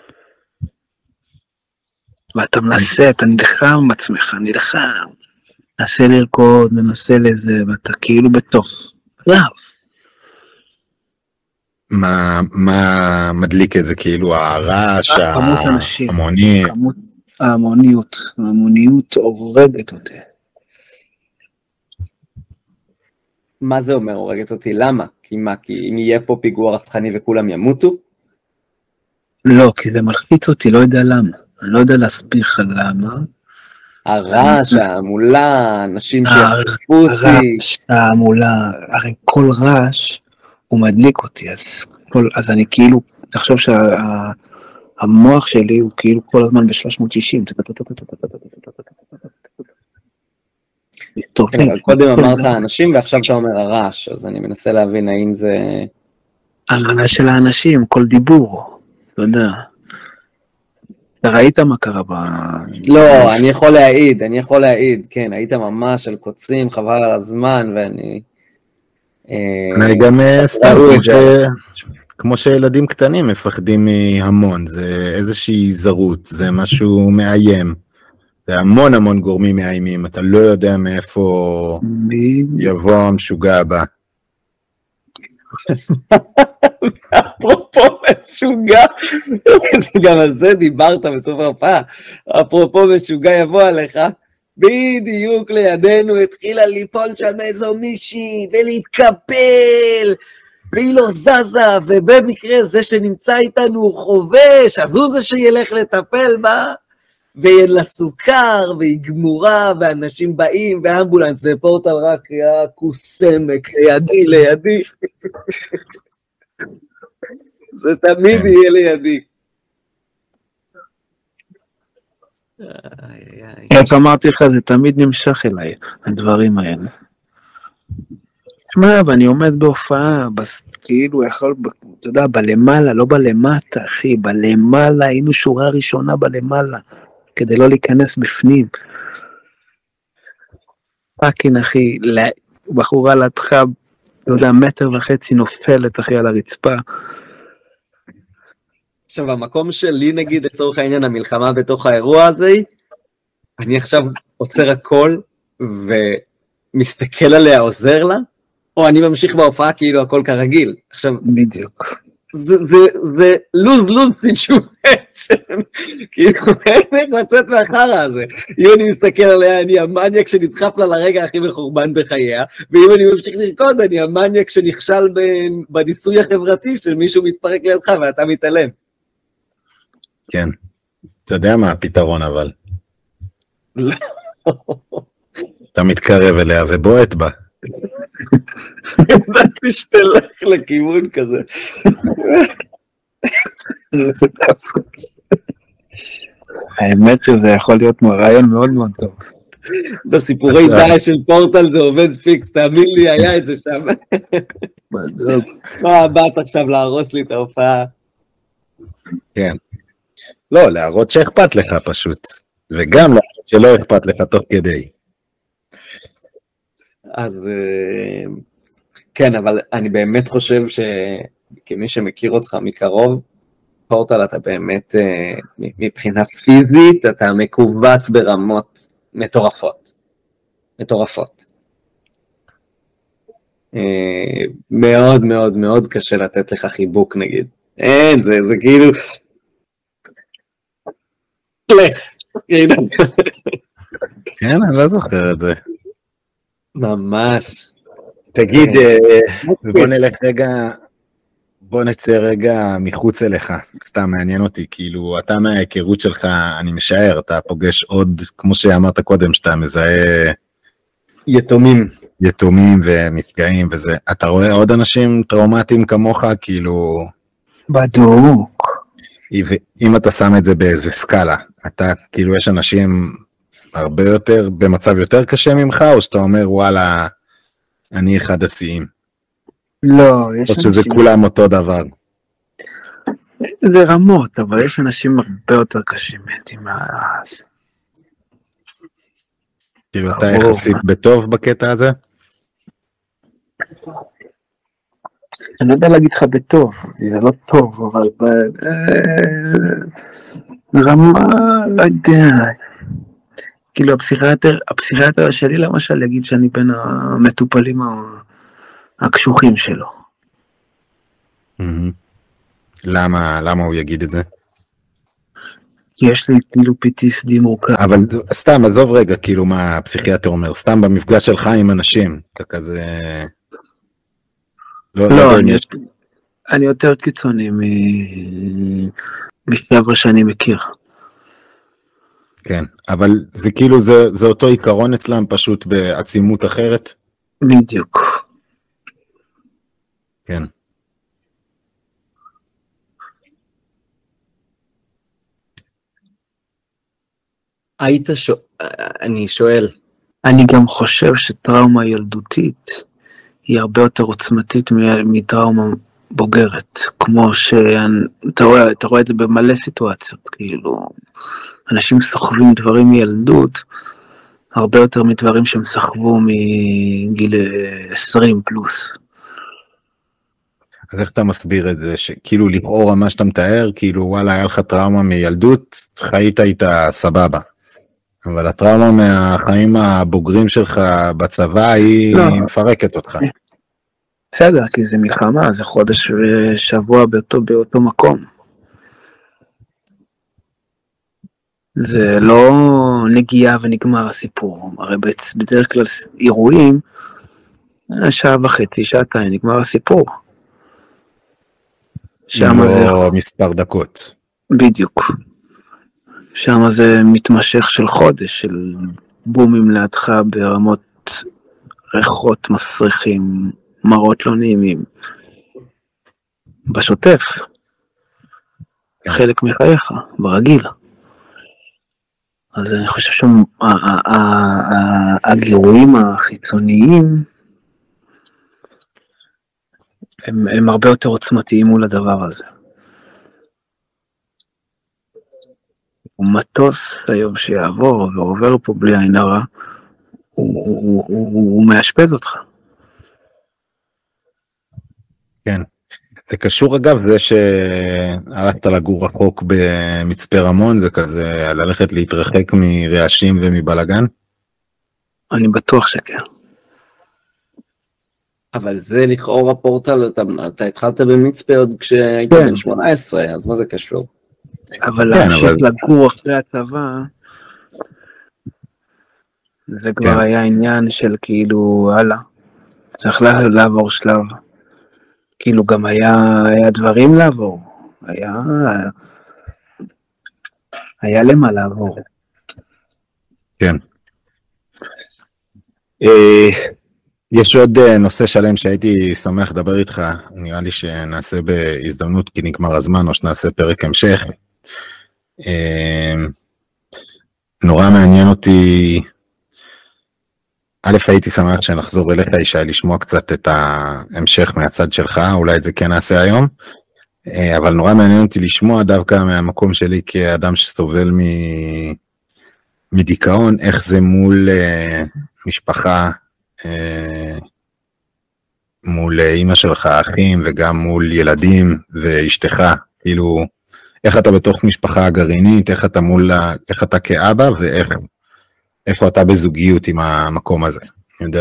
ואתה מנסה, אתה נלחם עם עצמך, נלחם. מנסה לרקוד, מנסה לזה, ואתה כאילו בתוך קרב. מה מדליק את זה, כאילו הרעש, ההמוני? ההמוניות הורגת אותי. מה זה אומר הורגת אותי? למה? כי מה? כי אם יהיה פה פיגוע רצחני וכולם ימותו? לא, כי זה מלחיץ אותי, לא יודע למה. אני לא יודע להסביר לך למה. הרעש, ההמולה, האנשים שיחשפו אותי. הרעש, ההמולה, הרי כל רעש הוא מדליק אותי, אז אני כאילו, תחשוב שהמוח שלי הוא כאילו כל הזמן ב-360. קודם אמרת האנשים ועכשיו אתה אומר הרעש, אז אני מנסה להבין האם זה... הרעש של האנשים, כל דיבור, אתה יודע. אתה ראית מה קרה ב... לא, אני יכול להעיד, כן, היית ממש על קוצים, חבל על הזמן, ואני... אני גם סתם, כמו שילדים קטנים מפחדים מהמון, זה איזושהי זרות, זה משהו מאיים, זה המון גורמים מאיימים, אתה לא יודע מאיפה יבוא המשוגע הבא. אפרופו משוגע, גם על זה דיברת בסוף ההופעה, אפרופו משוגע יבוא עליך, בדיוק לידינו התחילה ליפול שם איזו מישהי ולהתקפל, והיא לא זזה, ובמקרה זה שנמצא איתנו חובש, אז הוא זה שילך לטפל בה, ואין לה סוכר, והיא גמורה, ואנשים באים, ואמבולנס, ופורטל רק היה קוסמק, לידי. זה תמיד יהיה לידי. איך אמרתי לך, זה תמיד נמשך אליי, הדברים האלה. שמע, ואני עומד בהופעה, כאילו יכול, אתה יודע, בלמעלה, לא בלמטה, אחי, בלמעלה, היינו שורה ראשונה בלמעלה, כדי לא להיכנס בפנים. פאקין, אחי, בחורה לידך, אתה יודע, 1.5 מטר נופלת, אחי, על הרצפה. עכשיו, המקום שלי, נגיד, לצורך העניין, המלחמה בתוך האירוע הזה, אני עכשיו עוצר הכל, ומסתכל עליה, עוזר לה, או אני ממשיך בהופעה כאילו הכל כרגיל. עכשיו, בדיוק. זה לוז סיטואשן, כאילו איך לצאת מהחרא הזה. אם אני מסתכל עליה, אני המניאק שנדחף לה לרגע הכי מחורבן בחייה, ואם אני ממשיך לרקוד, אני המניאק שנכשל בניסוי החברתי של מישהו מתפרק לידך ואתה מתעלם. כן, אתה יודע מה הפתרון אבל. לא. אתה מתקרב אליה ובועט בה. ידעתי שתלך לכיוון כזה. האמת שזה יכול להיות רעיון מאוד מאוד טוב. בסיפורי דעה של פורטל זה עובד פיקס, תאמין לי, היה את זה שם. מה, באת עכשיו להרוס לי את ההופעה? כן. לא, להראות שאכפת לך פשוט. וגם להראות שלא אכפת לך תוך כדי. אז כן, אבל אני באמת חושב שכמי שמכיר אותך מקרוב, פורטל אתה באמת, מבחינה פיזית, אתה מקובץ ברמות מטורפות. מטורפות. מאוד מאוד מאוד קשה לתת לך חיבוק נגיד. אין, זה כאילו... לך. כן, אני לא זוכר את זה. ממש. תגיד, בוא נלך רגע, בוא נצא רגע מחוץ אליך, סתם מעניין אותי, כאילו אתה מההיכרות שלך, אני משער, אתה פוגש עוד, כמו שאמרת קודם, שאתה מזהה יתומים ומפגעים וזה, אתה רואה עוד אנשים טראומטיים כמוך, כאילו... בדוק. אם אתה שם את זה באיזה סקאלה, אתה, כאילו יש אנשים הרבה יותר, במצב יותר קשה ממך, או שאתה אומר, וואלה, אני אחד השיאים. לא, יש או שזה אנשים... כולם אותו דבר. זה רמות, אבל יש אנשים הרבה יותר קשים מתים. כאילו אתה יחסית בטוב בקטע הזה? אני לא יודע להגיד לך בטוב, זה לא טוב, אבל רמה, לא יודע. כאילו הפסיכיאטר שלי למשל יגיד שאני בין המטופלים הקשוחים שלו. למה הוא יגיד את זה? כי יש לי כאילו PTSD מורכב. אבל סתם, עזוב רגע, כאילו מה הפסיכיאטר אומר, סתם במפגש שלך עם אנשים, כזה... לא, אני יותר קיצוני מחבר'ה שאני מכיר. כן, אבל זה כאילו, זה אותו עיקרון אצלם, פשוט בעצימות אחרת? בדיוק. כן. אני שואל. אני גם חושב שטראומה ילדותית היא הרבה יותר עוצמתית מטראומה בוגרת, כמו שאתה רואה את זה במלא סיטואציות, כאילו, אנשים סוחבים דברים מילדות, הרבה יותר מדברים שהם סחבו מגיל 20 פלוס. אז איך אתה מסביר את זה, שכאילו לכאורה מה שאתה מתאר, כאילו וואלה היה לך טראומה מילדות, חיית איתה סבבה. אבל הטראומה מהחיים הבוגרים שלך בצבא היא מפרקת אותך. בסדר, כי זה מלחמה, זה חודש ושבוע באותו מקום. זה לא נגיעה ונגמר הסיפור. הרי בדרך כלל אירועים, שעה וחצי, שעתיים, נגמר הסיפור. לא מספר דקות. בדיוק. שם זה מתמשך של חודש, של בומים לידך ברמות ריחות מסריחים, מראות לא נעימים. בשוטף. חלק מחייך, ברגיל. אז אני חושב שהגירויים החיצוניים הם הרבה יותר עוצמתיים מול הדבר הזה. מטוס היום שיעבור ועובר פה בלי עין הרע, הוא מאשפז אותך. כן. זה קשור אגב, זה שהלכת לגור רחוק במצפה רמון, זה כזה ללכת להתרחק מרעשים ומבלגן? אני בטוח שכן. אבל זה לכאורה פורטל, אתה התחלת במצפה עוד כשהיית בן 18, אז מה זה קשור? אבל להמשיך לגור אחרי הצבא, זה כבר היה עניין של כאילו, הלאה, צריך לעבור שלב. כאילו גם היה דברים לעבור, היה למה לעבור. כן. יש עוד נושא שלם שהייתי שמח לדבר איתך, נראה לי שנעשה בהזדמנות כי נגמר הזמן, או שנעשה פרק המשך. נורא מעניין אותי, א' הייתי שמח שנחזור אליך ישי לשמוע קצת את ההמשך מהצד שלך, אולי את זה כן נעשה היום, אבל נורא מעניין אותי לשמוע דווקא מהמקום שלי כאדם שסובל מדיכאון, איך זה מול משפחה, מול אמא שלך, אחים, וגם מול ילדים ואשתך, כאילו, איך אתה בתוך משפחה גרעינית, איך אתה כאבא, ואיפה אתה בזוגיות עם המקום הזה. אני יודע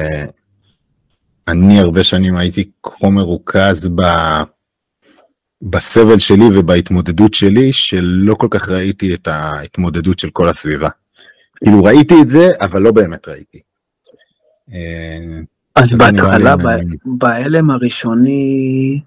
שאני הרבה שנים הייתי כה מרוכז בסבל שלי ובהתמודדות שלי, שלא כל כך ראיתי את ההתמודדות של כל הסביבה. כאילו ראיתי את זה, אבל לא באמת ראיתי. אז בהתחלה, בהלם הראשוני,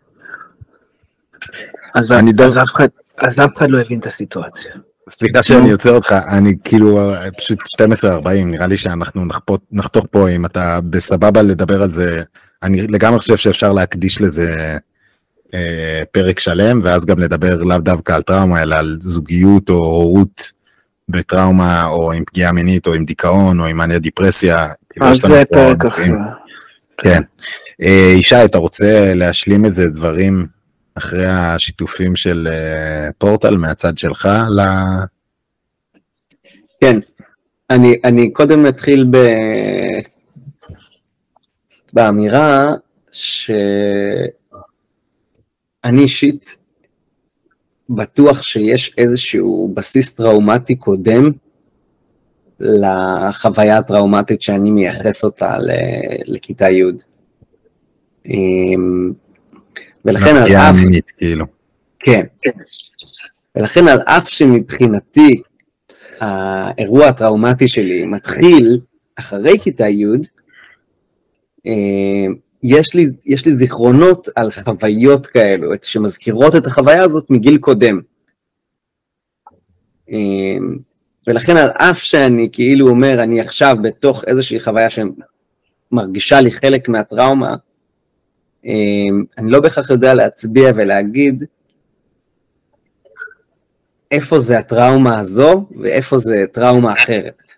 אז אף אחד לא הבין את הסיטואציה. סליחה שאני יוצר אותך, אני כאילו פשוט 12:40, נראה לי שאנחנו נחתוך פה, אם אתה בסבבה לדבר על זה, אני לגמרי חושב שאפשר להקדיש לזה פרק שלם, ואז גם לדבר לאו דווקא על טראומה, אלא על זוגיות או הורות בטראומה, או עם פגיעה מינית, או עם דיכאון, או עם מניה דיפרסיה. אז זה פרק אחר. כן. ישי, אתה רוצה להשלים את זה דברים אחרי השיתופים של פורטל מהצד שלך? כן, אני קודם נתחיל באמירה שאני אישית בטוח שיש איזשהו בסיס טראומטי קודם לחוויה הטראומטית שאני מייחס אותה לכיתה י'. ולכן על אף... מינית, כאילו. כן. ולכן על אף שמבחינתי האירוע הטראומטי שלי מתחיל אחרי כיתה י', יש לי זיכרונות על חוויות כאלו, שמזכירות את החוויה הזאת מגיל קודם. ולכן על אף שאני כאילו אומר, אני עכשיו בתוך איזושהי חוויה שמרגישה לי חלק מהטראומה, אני לא בהכרח יודע להצביע ולהגיד איפה זה הטראומה הזו ואיפה זה טראומה אחרת.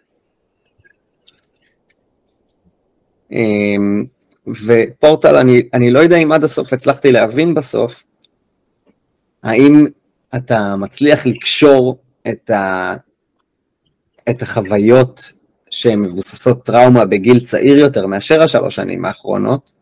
ופורטל, אני לא יודע אם עד הסוף הצלחתי להבין בסוף, האם אתה מצליח לקשור את החוויות שהן מבוססות טראומה בגיל צעיר יותר מאשר 3 שנים האחרונות,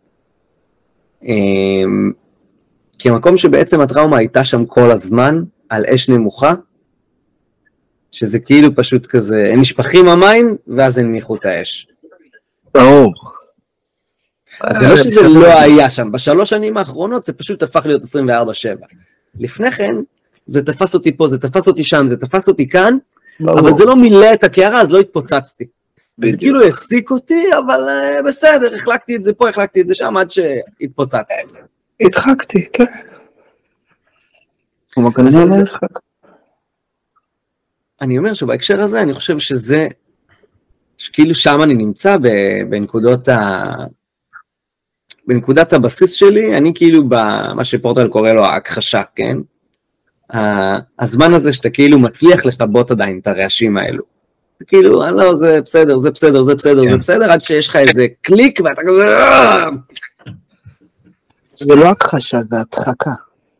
כמקום שבעצם הטראומה הייתה שם כל הזמן, על אש נמוכה, שזה כאילו פשוט כזה, הם נשפכים המים, ואז הם הניחו את האש. ברור. אז זה לא שזה לא היה שם, ב3 שנים האחרונות זה פשוט הפך להיות 24/7. לפני כן, זה תפס אותי פה, זה תפס אותי שם, זה תפס אותי כאן, אבל זה לא מילא את הקערה, אז לא התפוצצתי. זה כאילו העסיק אותי, אבל בסדר, החלקתי את זה פה, החלקתי את זה שם, עד שהתפוצצתי. הדחקתי, כן. אני אומר שבהקשר הזה, אני חושב שזה, שכאילו שם אני נמצא בנקודת הבסיס שלי, אני כאילו במה שפורטל קורא לו ההכחשה, כן? הזמן הזה שאתה כאילו מצליח לכבות עדיין את הרעשים האלו. כאילו, לא, זה בסדר, זה בסדר, זה בסדר, זה בסדר, עד שיש לך איזה קליק ואתה כזה... זה לא הכחשה, זה הדחקה.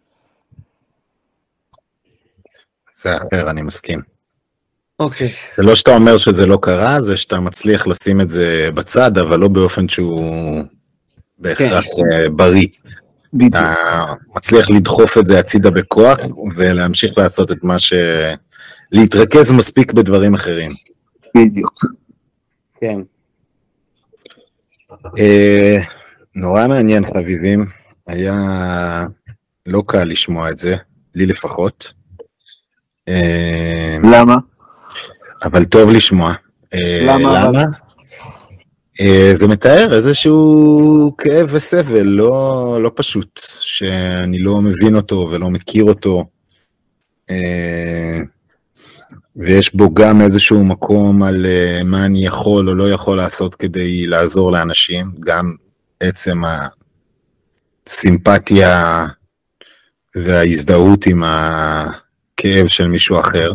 זה אחר, אני מסכים. אוקיי. זה לא שאתה אומר שזה לא קרה, זה שאתה מצליח לשים את זה בצד, אבל לא באופן שהוא בהכרח בריא. אתה מצליח לדחוף את זה הצידה בכוח, ולהמשיך לעשות את מה להתרכז מספיק בדברים אחרים. בדיוק. כן. נורא מעניין, חביבים. היה לא קל לשמוע את זה, לי לפחות. למה? אבל טוב לשמוע. למה? זה מתאר איזשהו כאב וסבל, לא פשוט, שאני לא מבין אותו ולא מכיר אותו, ויש בו גם איזשהו מקום על מה אני יכול או לא יכול לעשות כדי לעזור לאנשים, גם עצם הסימפתיה וההזדהות עם הכאב של מישהו אחר,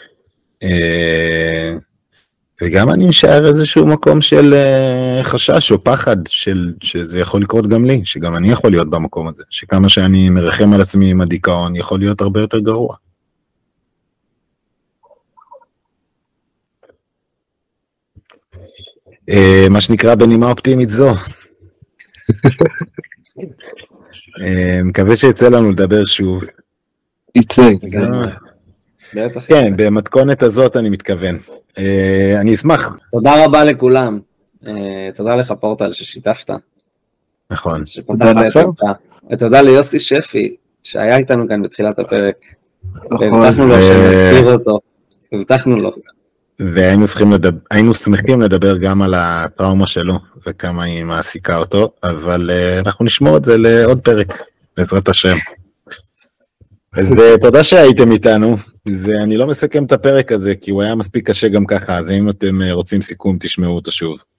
וגם אני משער איזשהו מקום של חשש או פחד שזה יכול לקרות גם לי, שגם אני יכול להיות במקום הזה, שכמה שאני מרחם על עצמי עם הדיכאון יכול להיות הרבה יותר גרוע. מה שנקרא בנימה אופטימית זו. מקווה שיצא לנו לדבר שוב. יצא. בטח. כן, במתכונת הזאת אני מתכוון. אני אשמח. תודה רבה לכולם. תודה לך פורטל ששיתפת. נכון. תודה לכם. ותודה ליוסי שפי, שהיה איתנו כאן בתחילת הפרק. נכון. והבטחנו לו שנזכיר אותו. הבטחנו לו. והיינו שמחים לדבר גם על הטראומה שלו, וכמה היא מעסיקה אותו, אבל אנחנו נשמור את זה לעוד פרק, בעזרת השם. אז תודה שהייתם איתנו, ואני לא מסכם את הפרק הזה, כי הוא היה מספיק קשה גם ככה, אז אם אתם רוצים סיכום, תשמעו אותו שוב.